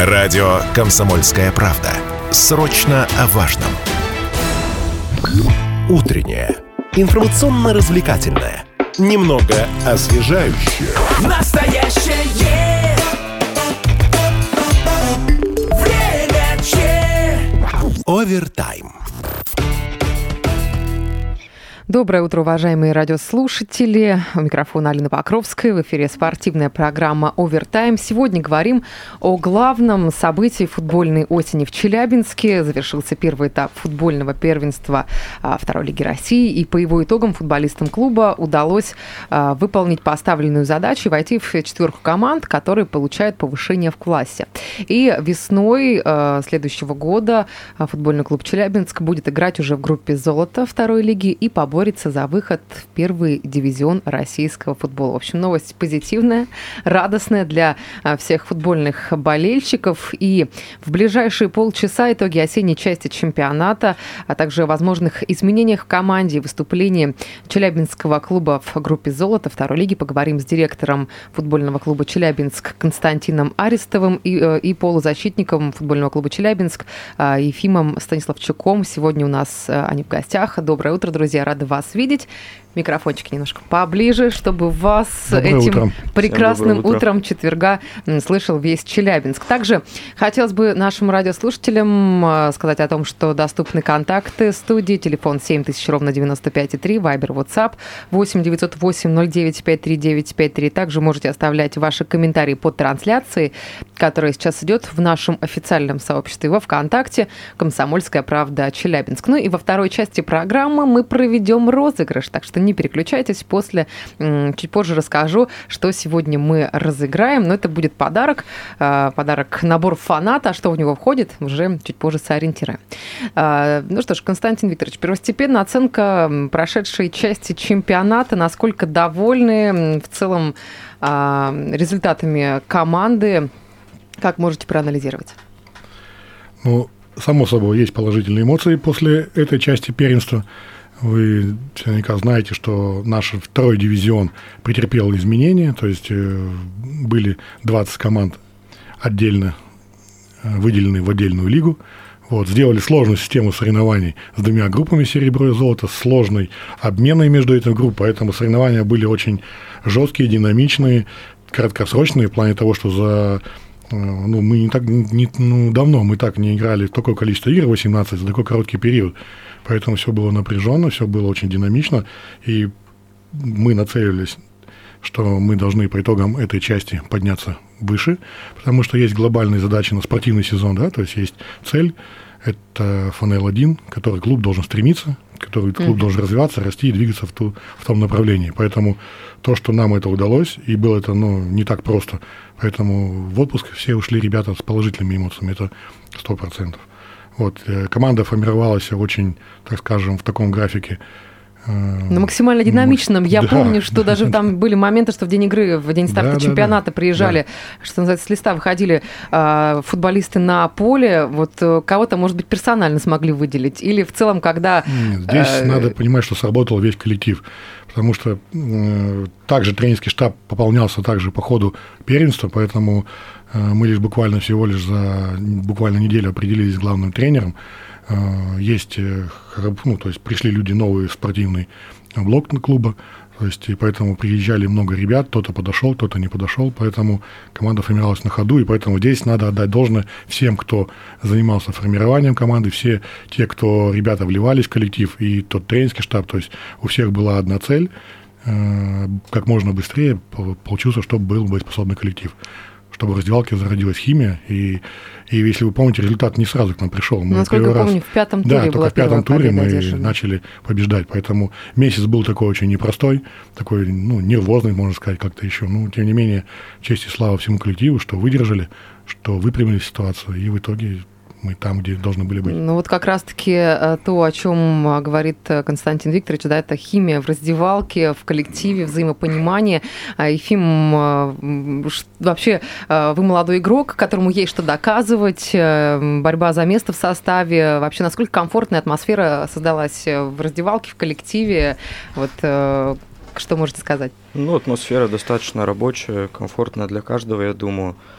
Радио «Комсомольская правда». Срочно о важном. Утреннее. Информационно-развлекательное. Немного освежающее. Настоящее время че. Овертайм. Доброе утро, уважаемые радиослушатели. У микрофона Алина Покровская. В эфире спортивная программа «Овертайм». Сегодня говорим о главном событии футбольной осени в Челябинске. Завершился первый этап футбольного первенства Второй лиги России. И по его итогам футболистам клуба удалось выполнить поставленную задачу и войти в четверку команд, которые получают повышение в классе. И весной следующего года футбольный клуб Челябинск будет играть уже в группе «Золото» Второй лиги и борется за выход в первый дивизион российского футбола. В общем, новость позитивная, радостная для всех футбольных болельщиков. И в ближайшие полчаса итоги осенней части чемпионата, а также о возможных изменениях в команде и выступлении Челябинского клуба в группе «Золото» Второй лиги поговорим с директором футбольного клуба «Челябинск» Константином Арестовым и полузащитником футбольного клуба «Челябинск» Ефимом Станиславчуком. Сегодня у нас они в гостях. Доброе утро, друзья. Рады вас видеть. Микрофончик немножко поближе, чтобы вас этим прекрасным утром четверга слышал весь Челябинск. Также хотелось бы нашим радиослушателям сказать о том, что доступны контакты студии. Телефон 7000 ровно 95,3, Вайбер, WhatsApp 8 908 09 53 953. Также можете оставлять ваши комментарии под трансляцией, которая сейчас идет в нашем официальном сообществе во ВКонтакте «Комсомольская правда Челябинск». Ну и во второй части программы мы проведем розыгрыш, так что не переключайтесь, чуть позже расскажу, что сегодня мы разыграем, но это будет подарок набор фаната, а что в него входит, уже чуть позже сориентируем. Ну что ж, Константин Викторович, первостепенно оценка прошедшей части чемпионата, насколько довольны в целом результатами команды, как можете проанализировать? Ну, само собой, есть положительные эмоции после этой части первенства. Вы наверняка знаете, что наш второй дивизион претерпел изменения, то есть были 20 команд отдельно выделены в отдельную лигу. Сделали сложную систему соревнований с двумя группами серебро и золото, с сложной обменой между этими группами, поэтому соревнования были очень жесткие, динамичные, краткосрочные, в плане того, что давно мы так не играли в такое количество игр, 18, за такой короткий период. Поэтому все было напряженно, все было очень динамично, и мы нацелились, что мы должны по итогам этой части подняться выше, потому что есть глобальные задачи на спортивный сезон, да, то есть есть цель, это ФНЛ-1, к которой клуб должен стремиться, который клуб должен развиваться, расти и двигаться в том направлении. Поэтому то, что нам это удалось, и было это не так просто, поэтому в отпуск все ушли ребята с положительными эмоциями, это 100%. Команда формировалась очень, так скажем, в таком графике. Максимально динамичном. Я помню, что даже там были моменты, что в день игры, в день старта чемпионата приезжали, что называется, с листа выходили футболисты на поле. Кого-то, может быть, персонально смогли выделить? Или в целом, когда... Нет, здесь надо понимать, что сработал весь коллектив. Потому что также тренерский штаб пополнялся также по ходу первенства, поэтому мы буквально буквально неделю определились с главным тренером. То есть пришли люди новые в спортивный блок клуба, то есть и поэтому приезжали много ребят, кто-то подошел, кто-то не подошел, поэтому команда формировалась на ходу, и поэтому здесь надо отдать должное всем, кто занимался формированием команды, все те, кто ребята вливались в коллектив, и тот тренерский штаб, то есть у всех была одна цель, как можно быстрее получился, чтобы был боеспособный коллектив, чтобы в раздевалке зародилась химия, и если вы помните, результат не сразу к нам пришел. Насколько я помню, в пятом туре была только в пятом туре мы одержана. начали побеждать, поэтому месяц был такой очень непростой, такой, нервозный, можно сказать, как-то еще, тем не менее, честь и слава всему коллективу, что выдержали, что выпрямили ситуацию, и в итоге мы там, где должны были быть. Как раз-таки то, о чем говорит Константин Викторович, это химия в раздевалке, в коллективе, взаимопонимание. Ефим, вообще, вы молодой игрок, которому есть что доказывать, борьба за место в составе. Вообще, насколько комфортная атмосфера создалась в раздевалке, в коллективе? Что можете сказать? Атмосфера достаточно рабочая, комфортная для каждого, я думаю.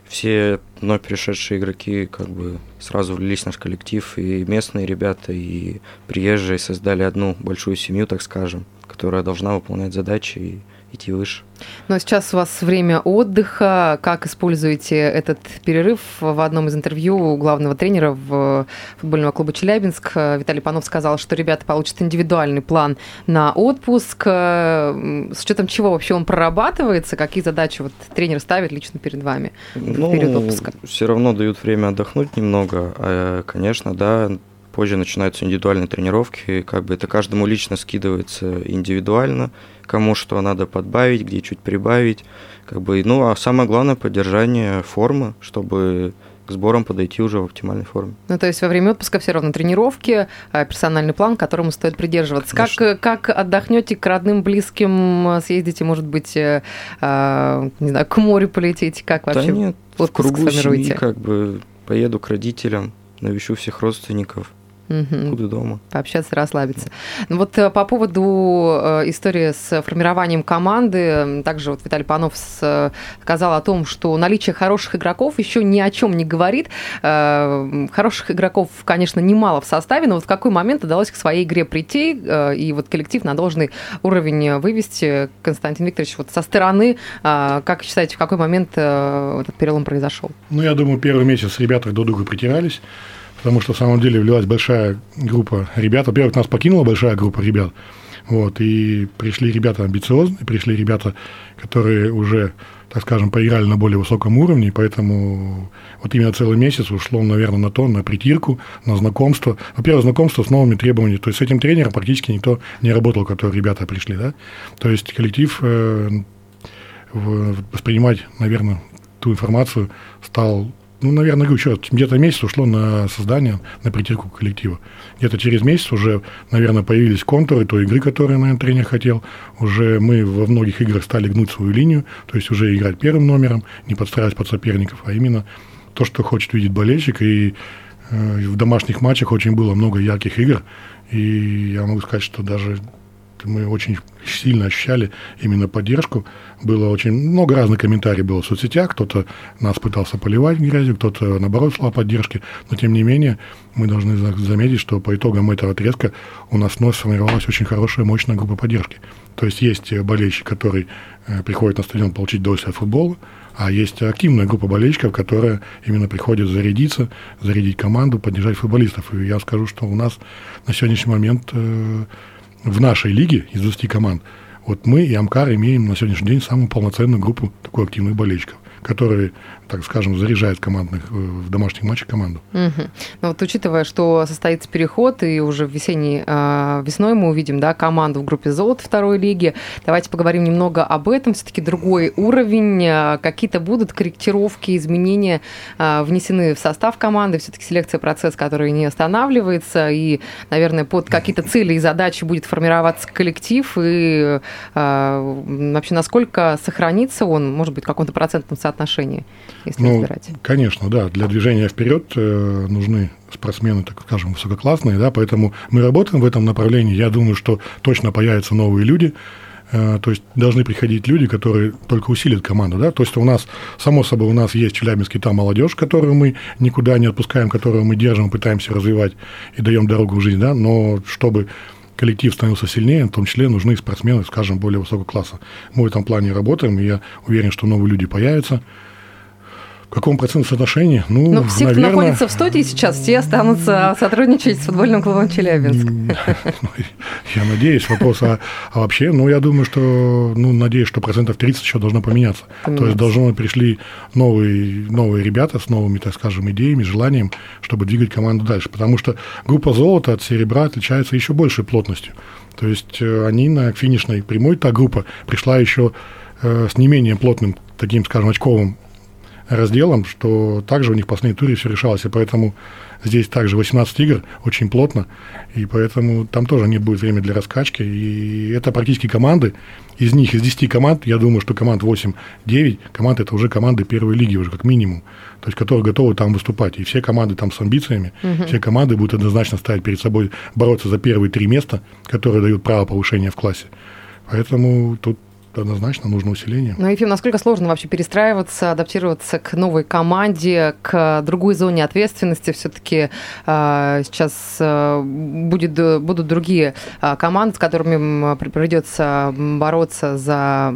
все вновь пришедшие игроки как бы сразу влились в наш коллектив, и местные ребята, и приезжие создали одну большую семью, так скажем, которая должна выполнять задачи и идти выше. Но сейчас у вас время отдыха. Как используете этот перерыв? В одном из интервью у главного тренера в футбольного клуба «Челябинск» Виталий Панов сказал, что ребята получат индивидуальный план на отпуск. С учетом чего вообще он прорабатывается? Какие задачи вот тренер ставит лично перед вами в период отпуска? Все равно дают время отдохнуть немного. Конечно, да, позже начинаются индивидуальные тренировки, как бы это каждому лично скидывается индивидуально, кому что надо подбавить, где чуть прибавить, как бы, ну, а самое главное — поддержание формы, чтобы к сборам подойти уже в оптимальной форме. Ну, то есть во время отпуска все равно тренировки, персональный план, к которому стоит придерживаться. Как отдохнете, к родным, близким съездите, может быть, не знаю, к морю полетите, как вообще? Да нет, в кругу семьи, как бы, поеду к родителям, навещу всех родственников. Буду дома. Пообщаться, расслабиться. Ну, вот по поводу истории с формированием команды, также вот Виталий Панов сказал о том, что наличие хороших игроков еще ни о чем не говорит. Хороших игроков, конечно, немало в составе, но вот в какой момент удалось к своей игре прийти и вот коллектив на должный уровень вывести? Константин Викторович, вот со стороны, как считаете, в какой момент этот перелом произошел? Ну, я думаю, первый месяц ребята друг к другу притирались, потому что, в самом деле, влилась большая группа ребят. Во-первых, нас покинула большая группа ребят, вот, и пришли ребята амбициозные, пришли ребята, которые уже, так скажем, поиграли на более высоком уровне, и поэтому вот именно целый месяц ушло, наверное, на то, на притирку, на знакомство. Во-первых, знакомство с новыми требованиями. То есть с этим тренером практически никто не работал, которые ребята пришли, да. То есть коллектив воспринимать, наверное, ту информацию стал... Ну, наверное, говорю, еще где-то месяц ушло на создание, на притирку коллектива. Где-то через месяц уже, наверное, появились контуры той игры, которую, наверное, тренер хотел. Уже мы во многих играх стали гнуть свою линию, то есть уже играть первым номером, не подстраиваясь под соперников, а именно то, что хочет видеть болельщик. И в домашних матчах очень было много ярких игр, и я могу сказать, что даже мы очень сильно ощущали именно поддержку. Было очень много разных комментариев было в соцсетях. Кто-то нас пытался поливать грязью, кто-то, наоборот, слова поддержки. Но, тем не менее, мы должны заметить, что по итогам этого отрезка у нас вновь сформировалась очень хорошая, мощная группа поддержки. То есть есть болельщик, который приходит на стадион получить удовольствие от футбола, а есть активная группа болельщиков, которая именно приходит зарядиться, зарядить команду, поддержать футболистов. И я скажу, что у нас на сегодняшний момент... В нашей лиге из 20 команд вот мы и Амкар имеем на сегодняшний день самую полноценную группу такой активных болельщиков, которые, так скажем, заряжают в домашних матчах команду. Угу. Но вот учитывая, что состоится переход, и уже весной мы увидим, да, команду в группе «Золото» второй лиги, давайте поговорим немного об этом. Все-таки другой уровень, какие-то будут корректировки, изменения внесены в состав команды, все-таки селекция — процесс, который не останавливается, и, наверное, под какие-то цели и задачи будет формироваться коллектив, и вообще насколько сохранится он, может быть, в каком-то процентном соотношении, если разбирать? Конечно, да. Для движения вперед нужны спортсмены, так скажем, высококлассные, да, поэтому мы работаем в этом направлении. Я думаю, что точно появятся новые люди, то есть должны приходить люди, которые только усилят команду, да, то есть у нас, само собой, у нас есть в Челябинске та молодежь, которую мы никуда не отпускаем, которую мы держим, пытаемся развивать и даем дорогу в жизнь, да, но чтобы коллектив становился сильнее, в том числе нужны спортсмены, скажем, более высокого класса. Мы в этом плане работаем, и я уверен, что новые люди появятся. В каком процентном соотношении? Ну, все, наверное... кто находится в студии сейчас, все останутся сотрудничать с футбольным клубом «Челябинск». Я надеюсь. Вопрос, а вообще, я думаю, что, надеюсь, что 30% еще должно поменяться. То есть пришли новые ребята с новыми, так скажем, идеями, желанием, чтобы двигать команду дальше. Потому что группа «Золото» от «Серебра» отличается еще большей плотностью. То есть они на финишной прямой, та группа пришла еще с не менее плотным, таким, скажем, очковым разделом, что также у них в последней туре все решалось, и поэтому здесь также 18 игр, очень плотно, и поэтому там тоже не будет времени для раскачки, и это практически команды, из 10 команд, я думаю, что команд 8-9, команд это уже команды первой лиги, уже как минимум, то есть которые готовы там выступать, и все команды там с амбициями, все команды будут однозначно ставить перед собой, бороться за первые 3 места, которые дают право повышения в классе, поэтому тут однозначно нужно усиление. Ну, Ефим, насколько сложно вообще перестраиваться, адаптироваться к новой команде, к другой зоне ответственности? Все-таки сейчас будут другие команды, с которыми придется бороться за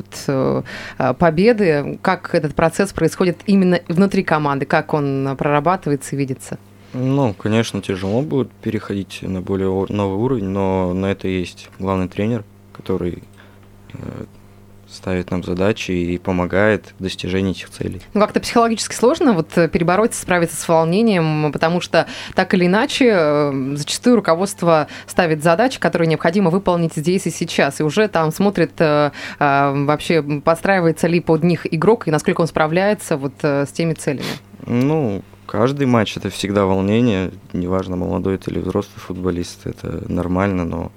победы. Как этот процесс происходит именно внутри команды? Как он прорабатывается и видится? Ну, конечно, тяжело будет переходить на более новый уровень, но на это есть главный тренер, который ставит нам задачи и помогает в достижении этих целей. Ну, как-то психологически сложно вот перебороть, справиться с волнением, потому что так или иначе зачастую руководство ставит задачи, которые необходимо выполнить здесь и сейчас, и уже там смотрит вообще, подстраивается ли под них игрок и насколько он справляется вот с теми целями. Ну, каждый матч – это всегда волнение, неважно, молодой ты или взрослый футболист, это нормально, но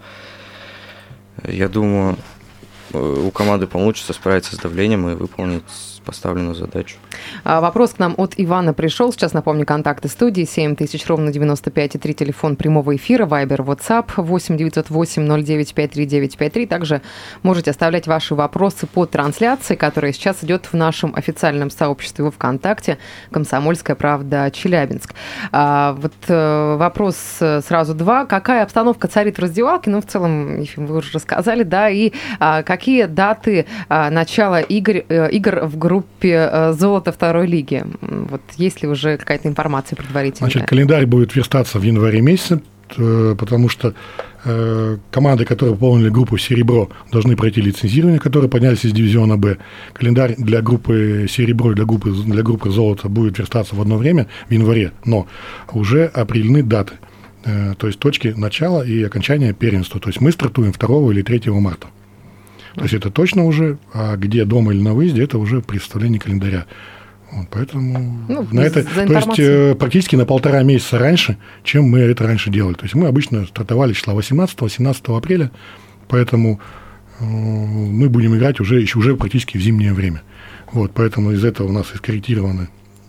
я думаю, у команды получится справиться с давлением и выполнить поставленную задачу. Вопрос к нам от Ивана пришел. Сейчас напомню, контакты студии 7000 ровно 95,3, телефон прямого эфира, Вайбер, WhatsApp 8-908-09-53-953. Также можете оставлять ваши вопросы по трансляции, которая сейчас идет в нашем официальном сообществе во ВКонтакте «Комсомольская правда Челябинск». Вот вопрос сразу два. Какая обстановка царит в раздевалке? Ну, в целом, Ефим, вы уже рассказали, да, и какие даты начала игр в группе «Золото» второй лиги? Вот есть ли уже какая-то информация предварительная? Значит, календарь будет верстаться в январе месяце, потому что команды, которые выполнили группу «Серебро», должны пройти лицензирование, которые поднялись из дивизиона «Б». Календарь для группы «Серебро» и для группы «Золото» будет верстаться в одно время, в январе, но уже определены даты, то есть точки начала и окончания первенства. То есть мы стартуем 2 или 3 марта. То есть это точно уже, а где дома или на выезде, это уже при составлении календаря. Вот, поэтому на это, то есть практически на 1,5 месяца раньше, чем мы это раньше делали. То есть мы обычно стартовали числа 18-17 апреля, поэтому мы будем играть уже практически в зимнее время. Вот, поэтому из этого у нас и скорректированы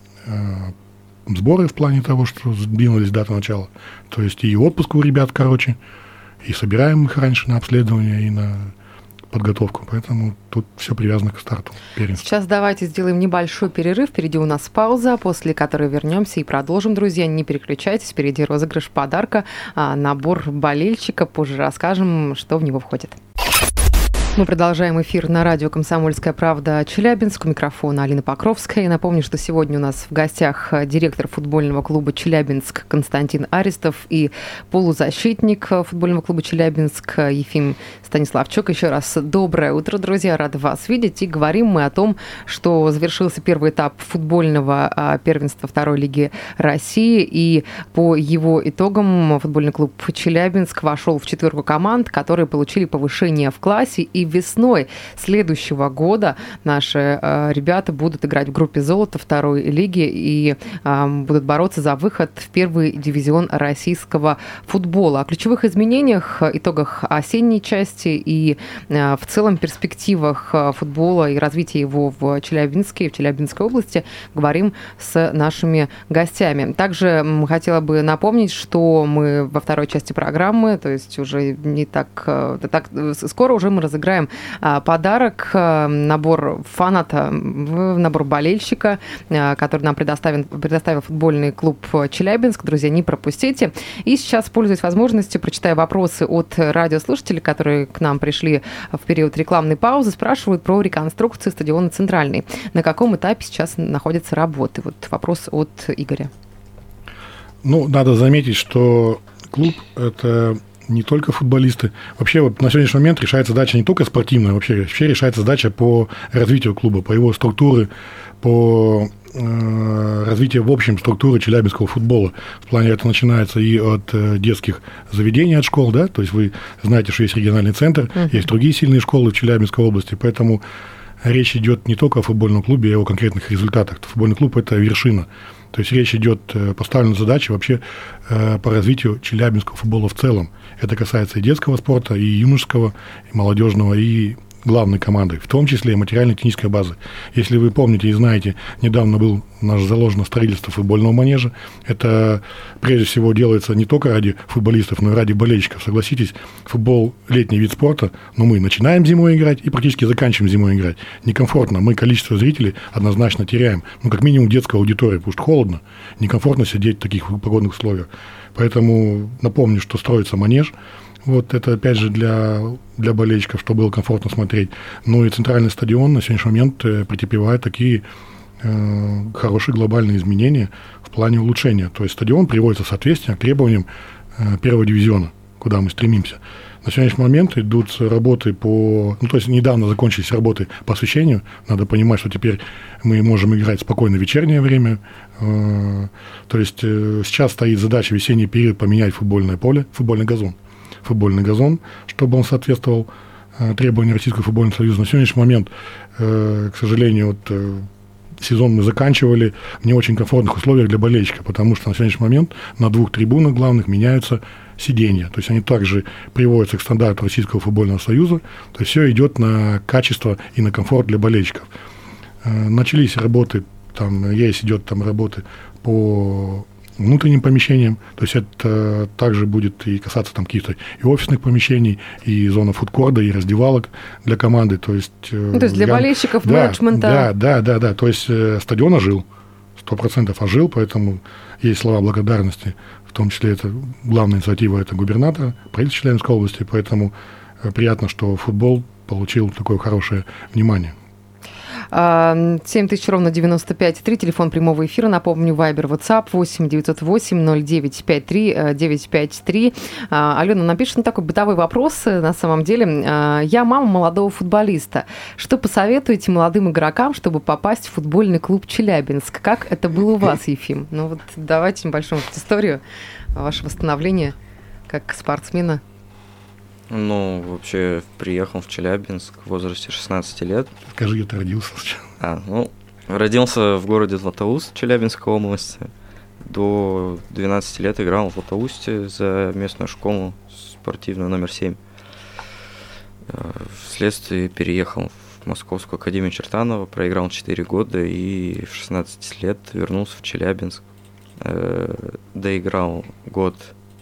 сборы в плане того, что сдвинулись даты начала. То есть и отпуск у ребят короче, и собираем их раньше на обследование и на подготовку, поэтому тут все привязано к старту первенства. Сейчас давайте сделаем небольшой перерыв, впереди у нас пауза, после которой вернемся и продолжим, друзья, не переключайтесь, впереди розыгрыш подарка, набор болельщика, позже расскажем, что в него входит. Мы продолжаем эфир на радио «Комсомольская правда» Челябинск. У микрофона Алина Покровская. И напомню, что сегодня у нас в гостях директор футбольного клуба «Челябинск» Константин Аристов и полузащитник футбольного клуба «Челябинск» Ефим Станиславчук. Еще раз доброе утро, друзья. Рада вас видеть. И говорим мы о том, что завершился первый этап футбольного первенства второй лиги России. И по его итогам футбольный клуб «Челябинск» вошел в 4 команд, которые получили повышение в классе. И весной следующего года наши ребята будут играть в группе «Золото» второй лиги и будут бороться за выход в первый дивизион российского футбола. О ключевых изменениях, итогах осенней части и в целом перспективах футбола и развития его в Челябинске и в Челябинской области говорим с нашими гостями. Также хотела бы напомнить, что мы во второй части программы, то есть уже не так скоро уже мы разыграем подарок, набор фаната, набор болельщика, который нам предоставил футбольный клуб «Челябинск». Друзья, не пропустите. И сейчас, пользуясь возможностью, прочитаю вопросы от радиослушателей, которые к нам пришли в период рекламной паузы, спрашивают про реконструкцию стадиона «Центральный». На каком этапе сейчас находятся работы? Вот вопрос от Игоря. Ну, надо заметить, что клуб – это не только футболисты. Вообще вот на сегодняшний момент решается задача не только спортивная, вообще решается задача по развитию клуба, по его структуре, по развитию в общем структуры челябинского футбола. В плане это начинается и от детских заведений, от школ, да, то есть вы знаете, что есть региональный центр, есть другие сильные школы в Челябинской области, поэтому речь идет не только о футбольном клубе, а о конкретных результатах. Футбольный клуб – это вершина. То есть речь идет, поставлена задача вообще по развитию челябинского футбола в целом. Это касается и детского спорта, и юношеского, и молодежного, и главной командой, в том числе и материально-технической базы. Если вы помните и знаете, недавно был наш заложено строительство футбольного манежа. Это прежде всего делается не только ради футболистов, но и ради болельщиков. Согласитесь, футбол – летний вид спорта, но мы начинаем зимой играть и практически заканчиваем зимой играть. Некомфортно, мы количество зрителей однозначно теряем. Ну, как минимум детская аудитория, потому что холодно, некомфортно сидеть в таких погодных условиях. Поэтому напомню, что строится манеж. Вот это, опять же, для болельщиков, чтобы было комфортно смотреть. Ну и центральный стадион на сегодняшний момент претерпевает такие хорошие глобальные изменения в плане улучшения. То есть стадион приводится в соответствие к требованиям первого дивизиона, куда мы стремимся. На сегодняшний момент идут работы то есть недавно закончились работы по освещению. Надо понимать, что теперь мы можем играть спокойно в вечернее время. То есть сейчас стоит задача в весенний период поменять футбольное поле, футбольный газон, чтобы он соответствовал требованиям Российского футбольного союза. На сегодняшний момент, к сожалению, сезон мы заканчивали в не очень комфортных условиях для болельщика, потому что на сегодняшний момент на 2 трибунах главных меняются сиденья. То есть они также приводятся к стандарту Российского футбольного союза. То есть все идет на качество и на комфорт для болельщиков. Начались работы, идет работы по внутренним помещениям, то есть это также будет и касаться каких-то и офисных помещений, и зона фудкорда, и раздевалок для команды, то есть для болельщиков, менеджмента. Да, то есть стадион ожил, 100% ожил, поэтому есть слова благодарности, в том числе это главная инициатива, это губернатора, правительства Челябинской области, поэтому приятно, что футбол получил такое хорошее внимание. 7000 ровно 95,3, телефон прямого эфира, напомню, Вайбер, WhatsApp 8-908-0953-953. Алена напишет такой бытовой вопрос, на самом деле. Я мама молодого футболиста. Что посоветуете молодым игрокам, чтобы попасть в футбольный клуб Челябинск? Как это было у вас, Ефим? Давайте небольшую историю вашего становления как спортсмена. Вообще, приехал в Челябинск в возрасте 16 лет. Скажи, где ты родился сейчас? Родился в городе Златоуст, Челябинской области. До 12 лет играл в Златоусте за местную школу спортивную номер 7. Вследствие переехал в Московскую академию Чертанова, проиграл 4 года и в 16 лет вернулся в Челябинск. Доиграл год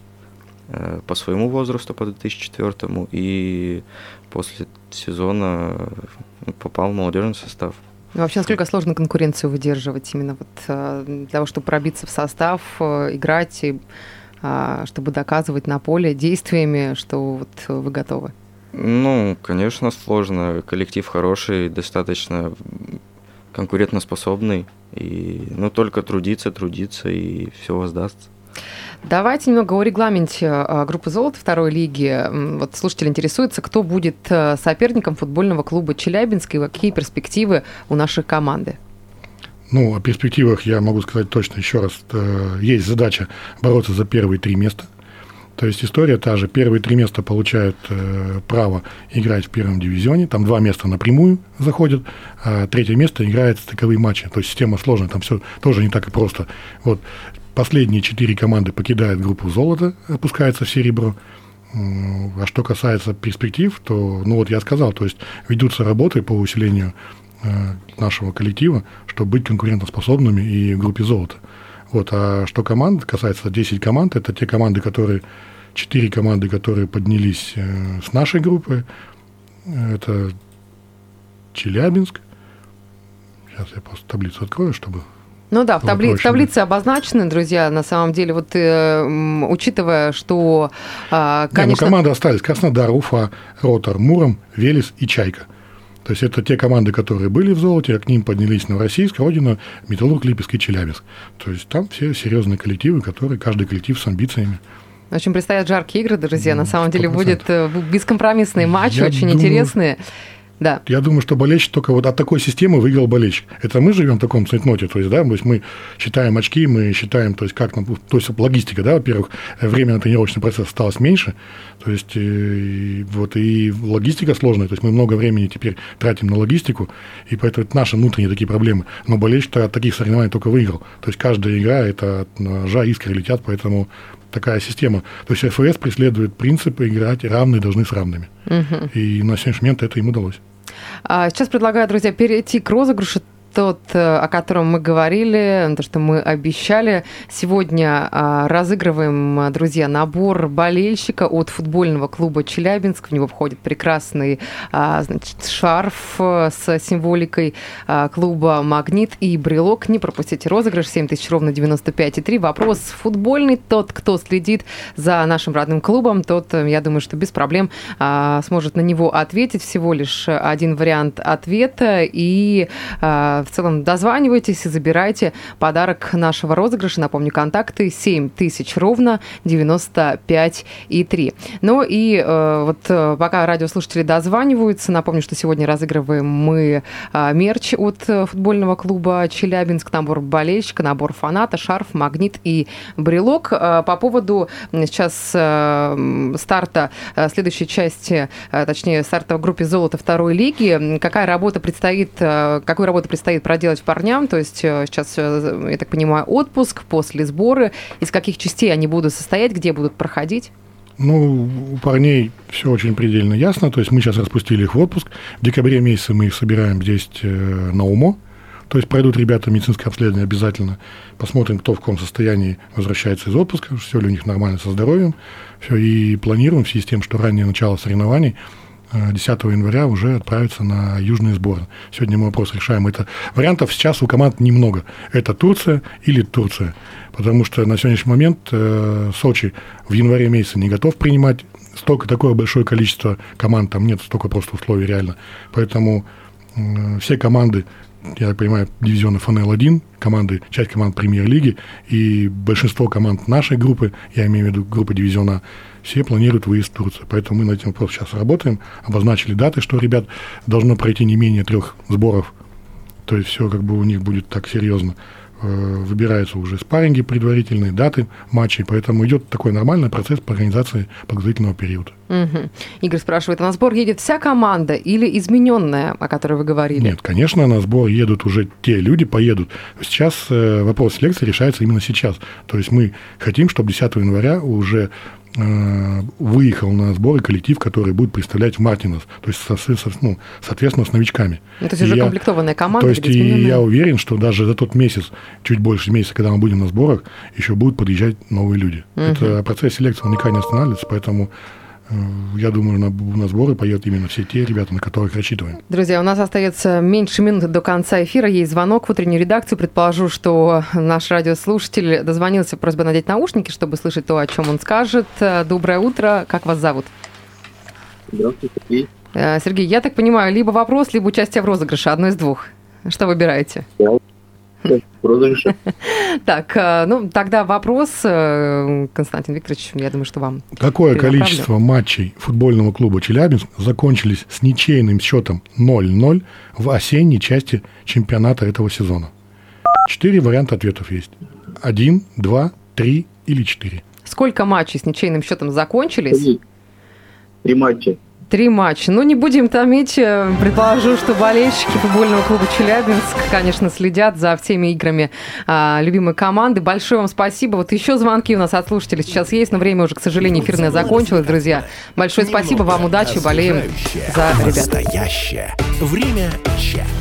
по своему возрасту, по 2004-му, и после сезона попал в молодежный состав. Вообще, насколько сложно конкуренцию выдерживать именно для того, чтобы пробиться в состав, играть, и, чтобы доказывать на поле действиями, что вы готовы? Конечно, сложно. Коллектив хороший, достаточно конкурентоспособный, и только трудиться, и все воздастся. Давайте немного о регламенте группы «Золото» второй лиги. Слушатель интересуется, кто будет соперником футбольного клуба «Челябинск» и какие перспективы у нашей команды. О перспективах я могу сказать точно еще раз. Есть задача бороться за первые 3 места. То есть история та же. Первые 3 места получают право играть в первом дивизионе. Там 2 места напрямую заходят, а 3 место играет стыковые матчи. То есть система сложная, там все тоже не так и просто. Последние 4 команды покидают группу «Золото», опускаются в серебро. А что касается перспектив, то, я сказал, то есть ведутся работы по усилению нашего коллектива, чтобы быть конкурентоспособными и в группе «Золото». А что команд касается, 10 команд, это те команды, 4 команды, которые поднялись с нашей группы. Это Челябинск. Сейчас я просто таблицу открою, чтобы... В таблице обозначены, друзья, на самом деле, учитывая, что, конечно... команды остались: Краснодар, Уфа, Ротор, Муром, Велес и Чайка. То есть это те команды, которые были в «Золоте, а к ним поднялись Новороссийск, Родина, Металлург, Липецк и Челябинск. То есть там все серьезные коллективы, каждый коллектив с амбициями. В общем, предстоят жаркие игры, друзья. На самом деле будет бескомпромиссные матчи, интересные. Да. Я думаю, что болельщик только от такой системы выиграл болельщик. Это мы живем в таком цейтноте, то есть мы считаем очки, мы считаем, то есть логистика, во-первых, время на тренировочный процесс осталось меньше, то есть и логистика сложная, то есть мы много времени теперь тратим на логистику, и поэтому это наши внутренние такие проблемы. Но болельщик от таких соревнований только выиграл. То есть каждая игра, это от ножа искры летят, поэтому такая система. То есть ФС преследует принцип играть равные должны с равными. И на сегодняшний момент это им удалось. Сейчас предлагаю, друзья, перейти к розыгрышу. Тот, о котором мы говорили, то, что мы обещали. Сегодня разыгрываем, друзья, набор болельщика от футбольного клуба «Челябинск». В него входит прекрасный, значит, шарф с символикой клуба «Магнит» и брелок. Не пропустите розыгрыш. 7000 ровно 95,3. Вопрос футбольный. Тот, кто следит за нашим родным клубом, тот, я думаю, что без проблем сможет на него ответить. Всего лишь один вариант ответа. И в целом дозванивайтесь и забирайте подарок нашего розыгрыша. Напомню, контакты 7000 ровно 95,3. Ну и вот пока радиослушатели дозваниваются, напомню, что сегодня разыгрываем мы мерч от футбольного клуба «Челябинск», набор болельщика, набор фаната, шарф, магнит и брелок. По поводу сейчас старта следующей части, точнее старта в группе «Золото» второй лиги, какую работу предстоит проделать парням, то есть сейчас, я так понимаю, отпуск, после сборы, из каких частей они будут состоять, где будут проходить? Ну, у парней все очень предельно ясно, то есть мы сейчас распустили их в отпуск, в декабре месяце мы их собираем здесь на УМО, то есть пройдут ребята медицинское обследование обязательно, посмотрим, кто в каком состоянии возвращается из отпуска, все ли у них нормально со здоровьем, все, и планируем в связи с тем, что раннее начало соревнований 10 января уже отправиться на южные сборы. Сегодня мы вопрос решаем. Это вариантов сейчас у команд немного. Это Турция или Турция. Потому что на сегодняшний момент Сочи в январе месяце не готов принимать такое большое количество команд. Там нет столько просто условий реально. Поэтому все команды, я так понимаю, дивизиона ФНЛ-1, часть команд премьер-лиги и большинство команд нашей группы, я имею в виду группы дивизиона, все планируют выезд в Турцию. Поэтому мы над этим вопросом сейчас работаем, обозначили даты, что ребят должно пройти не менее 3 сборов. То есть все как бы у них будет так серьезно. Выбираются уже спарринги предварительные, даты матчей, поэтому идет такой нормальный процесс по организации подготовительного периода. Угу. Игорь спрашивает, на сбор едет вся команда или измененная, о которой вы говорили? Нет, конечно, на сбор едут уже те люди, поедут. Сейчас вопрос селекции решается именно сейчас. То есть мы хотим, чтобы 10 января уже выехал на сборы коллектив, который будет представлять Мартинес, то есть, соответственно, с новичками. То есть уже комплектованная команда. То есть и я уверен, что даже за тот месяц, чуть больше месяца, когда мы будем на сборах, еще будут подъезжать новые люди. Это процесс селекции, он никогда не останавливается, поэтому я думаю, на сборы поедут именно все те ребята, на которых рассчитываем. Друзья, у нас остается меньше минуты до конца эфира. Есть звонок в утреннюю редакцию. Предположу, что наш радиослушатель дозвонился, просьба надеть наушники, чтобы слышать то, о чем он скажет. Доброе утро. Как вас зовут? Здравствуйте, Сергей. Сергей, я так понимаю, либо вопрос, либо участие в розыгрыше. Одно из двух. Что выбираете? Розыгрыша. Так, ну тогда вопрос, Константин Викторович, я думаю, что вам. Какое количество матчей футбольного клуба «Челябинск» закончились с ничейным счетом 0-0 в осенней части чемпионата этого сезона? 4 варианта ответов есть. 1, 2, 3 или 4. Сколько матчей с ничейным счетом закончились? 3 матча. 3 матча. Ну, не будем томить. Предположу, что болельщики футбольного клуба «Челябинск», конечно, следят за всеми играми любимой команды. Большое вам спасибо. Вот еще звонки у нас от слушателей сейчас есть, но время уже, к сожалению, эфирное закончилось, друзья. Большое спасибо вам, удачи, болеем за ребят. Настоящее время чат.